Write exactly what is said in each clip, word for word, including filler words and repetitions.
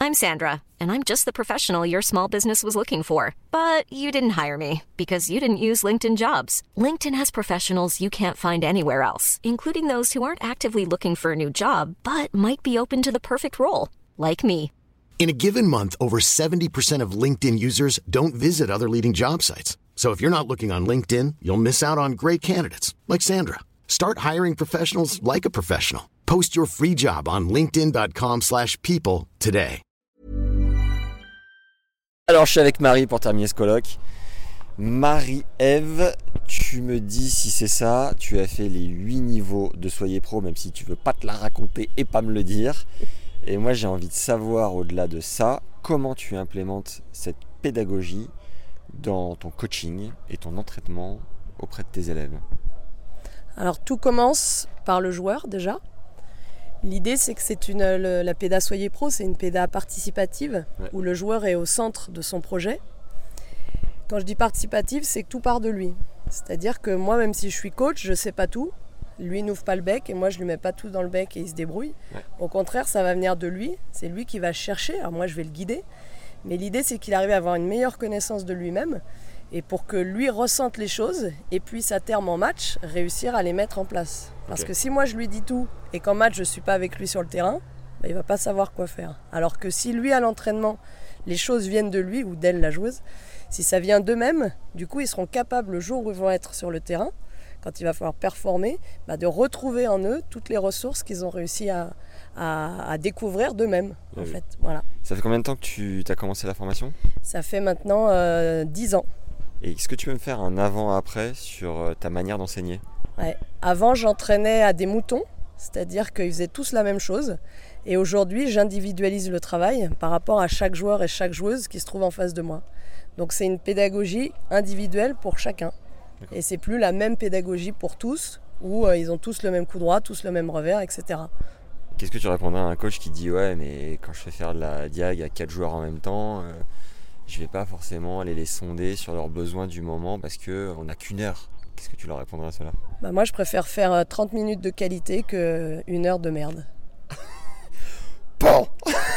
I'm Sandra, and I'm just the professional your small business was looking for. But you didn't hire me because you didn't use LinkedIn Jobs. LinkedIn has professionals you can't find anywhere else, including those who aren't actively looking for a new job, but might be open to the perfect role, like me. In a given month, over seventy percent of LinkedIn users don't visit other leading job sites. So if you're not looking on LinkedIn, you'll miss out on great candidates like Sandra. Start hiring professionals like a professional. Post your free job on linkedin dot com slash people today. Alors je suis avec Marie pour terminer ce colloque. Marie-Ève, tu me dis si c'est ça, tu as fait les huit niveaux de Soyez Pro, même si tu veux pas te la raconter et pas me le dire. Et moi j'ai envie de savoir au-delà de ça, comment tu implémentes cette pédagogie dans ton coaching et ton entraînement auprès de tes élèves. Alors tout commence par le joueur déjà. L'idée c'est que c'est une, le, la péda Soyez Pro, c'est une péda participative, ouais, où le joueur est au centre de son projet. Quand je dis participative, c'est que tout part de lui. C'est-à-dire que moi, même si je suis coach, je ne sais pas tout. Lui n'ouvre pas le bec et moi je lui mets pas tout dans le bec et il se débrouille. Ouais. Au contraire, ça va venir de lui. C'est lui qui va chercher. Alors moi je vais le guider. Mais l'idée c'est qu'il arrive à avoir une meilleure connaissance de lui-même et pour que lui ressente les choses et puisse à terme en match réussir à les mettre en place. Parce okay. que si moi je lui dis tout et qu'en match je suis pas avec lui sur le terrain, bah, il va pas savoir quoi faire. Alors que si lui à l'entraînement les choses viennent de lui ou d'elle la joueuse, si ça vient d'eux-mêmes, du coup ils seront capables le jour où ils vont être sur le terrain, quand il va falloir performer, bah de retrouver en eux toutes les ressources qu'ils ont réussi à, à, à découvrir d'eux-mêmes. Oui, en fait. Voilà. Ça fait combien de temps que tu as commencé la formation ? Ça fait maintenant euh, dix ans. Et est-ce que tu peux me faire un avant-après sur ta manière d'enseigner ? Ouais. Avant, j'entraînais à des moutons, c'est-à-dire qu'ils faisaient tous la même chose. Et aujourd'hui, j'individualise le travail par rapport à chaque joueur et chaque joueuse qui se trouve en face de moi. Donc c'est une pédagogie individuelle pour chacun. D'accord. Et c'est plus la même pédagogie pour tous, où euh, ils ont tous le même coup droit, tous le même revers, et cetera. Qu'est-ce que tu répondrais à un coach qui dit « Ouais, mais quand je fais faire de la diag à quatre joueurs en même temps, euh, je vais pas forcément aller les sonder sur leurs besoins du moment parce qu'on n'a qu'une heure ». Qu'est-ce que tu leur répondrais à cela ? Bah moi, je préfère faire trente minutes de qualité qu'une heure de merde. Bon.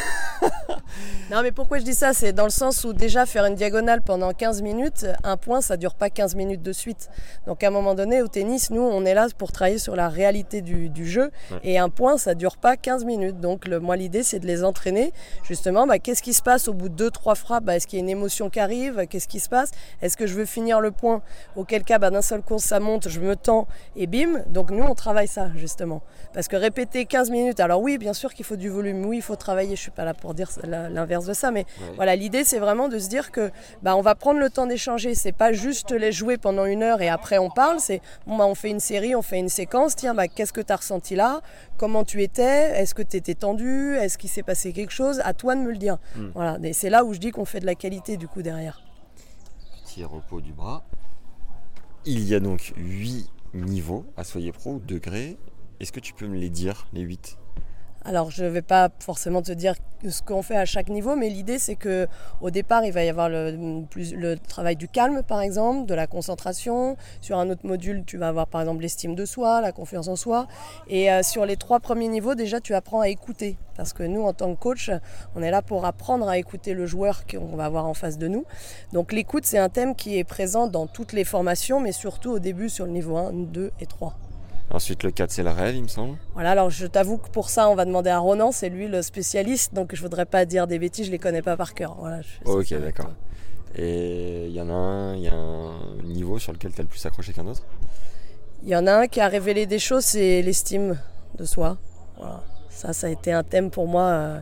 Non mais pourquoi je dis ça, c'est dans le sens où déjà faire une diagonale pendant quinze minutes, un point ça dure pas quinze minutes de suite. Donc à un moment donné au tennis, nous on est là pour travailler sur la réalité du, du jeu, ouais. Et un point ça dure pas quinze minutes. Donc le, moi l'idée c'est de les entraîner justement, bah, qu'est-ce qui se passe au bout de deux trois frappes, bah, est-ce qu'il y a une émotion qui arrive, qu'est-ce qui se passe, est-ce que je veux finir le point, auquel cas bah, d'un seul coup ça monte, je me tends et bim. Donc nous on travaille ça justement. Parce que répéter quinze minutes, alors oui bien sûr qu'il faut du volume, oui il faut travailler, je suis pas là pour dire l'inverse de ça, mais ouais. Voilà, l'idée c'est vraiment de se dire que bah, on va prendre le temps d'échanger, c'est pas juste les jouer pendant une heure et après on parle, c'est bon, bah, on fait une série, on fait une séquence, tiens bah, qu'est-ce que tu as ressenti là, comment tu étais, est-ce que tu étais tendu, est-ce qu'il s'est passé quelque chose, à toi de me le dire. Mmh. Voilà, et c'est là où je dis qu'on fait de la qualité du coup derrière. Petit repos du bras. Il y a donc huit niveaux à Soyez Pro, degrés. Est-ce que tu peux me les dire, les huit ? Alors je ne vais pas forcément te dire ce qu'on fait à chaque niveau, mais l'idée c'est qu'au départ il va y avoir le, plus, le travail du calme par exemple, de la concentration. Sur un autre module tu vas avoir par exemple l'estime de soi, la confiance en soi. Et euh, sur les trois premiers niveaux déjà tu apprends à écouter. Parce que nous en tant que coach, on est là pour apprendre à écouter le joueur qu'on va avoir en face de nous. Donc l'écoute c'est un thème qui est présent dans toutes les formations, mais surtout au début sur le niveau un, deux et trois. Ensuite, le quatre, c'est le rêve, il me semble. Voilà, alors je t'avoue que pour ça, on va demander à Ronan, c'est lui le spécialiste, donc je voudrais pas dire des bêtises, je les connais pas par cœur. Voilà, je ok, d'accord. Et il y en a un, il y a un niveau sur lequel tu as le plus accroché qu'un autre ? Il y en a un qui a révélé des choses, c'est l'estime de soi. Voilà. Ça, ça a été un thème pour moi euh,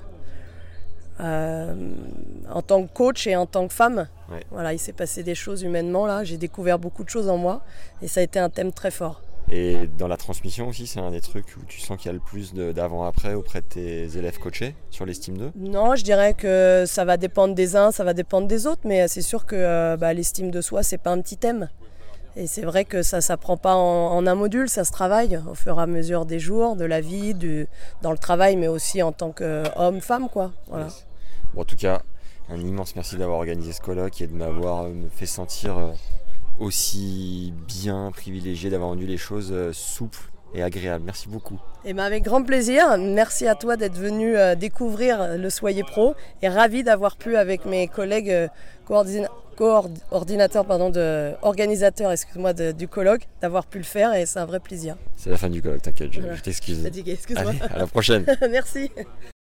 euh, en tant que coach et en tant que femme. Ouais. Voilà, il s'est passé des choses humainement, là, j'ai découvert beaucoup de choses en moi, et ça a été un thème très fort. Et dans la transmission aussi, c'est un des trucs où tu sens qu'il y a le plus de, d'avant-après auprès de tes élèves coachés sur l'estime d'eux ? Non, je dirais que ça va dépendre des uns, ça va dépendre des autres, mais c'est sûr que euh, bah, l'estime de soi, c'est pas un petit thème. Et c'est vrai que ça ne s'apprend pas en, en un module, ça se travaille au fur et à mesure des jours, de la vie, du, dans le travail, mais aussi en tant qu'homme, femme, quoi. Voilà. Yes. Bon, en tout cas, un immense merci d'avoir organisé ce colloque et de m'avoir fait sentir... Euh, aussi bien privilégié, d'avoir rendu les choses souples et agréable. Merci beaucoup. Et ben avec grand plaisir. Merci à toi d'être venu euh, découvrir le Soyez Pro et ravi d'avoir pu avec mes collègues euh, coordina- coordinateurs, pardon, de, organisateurs, excuse-moi, de, du colloque, d'avoir pu le faire et c'est un vrai plaisir. C'est la fin du colloque, t'inquiète, je, Voilà. je t'excuse. Fatigué, excuse-moi. Allez, à la prochaine. Merci.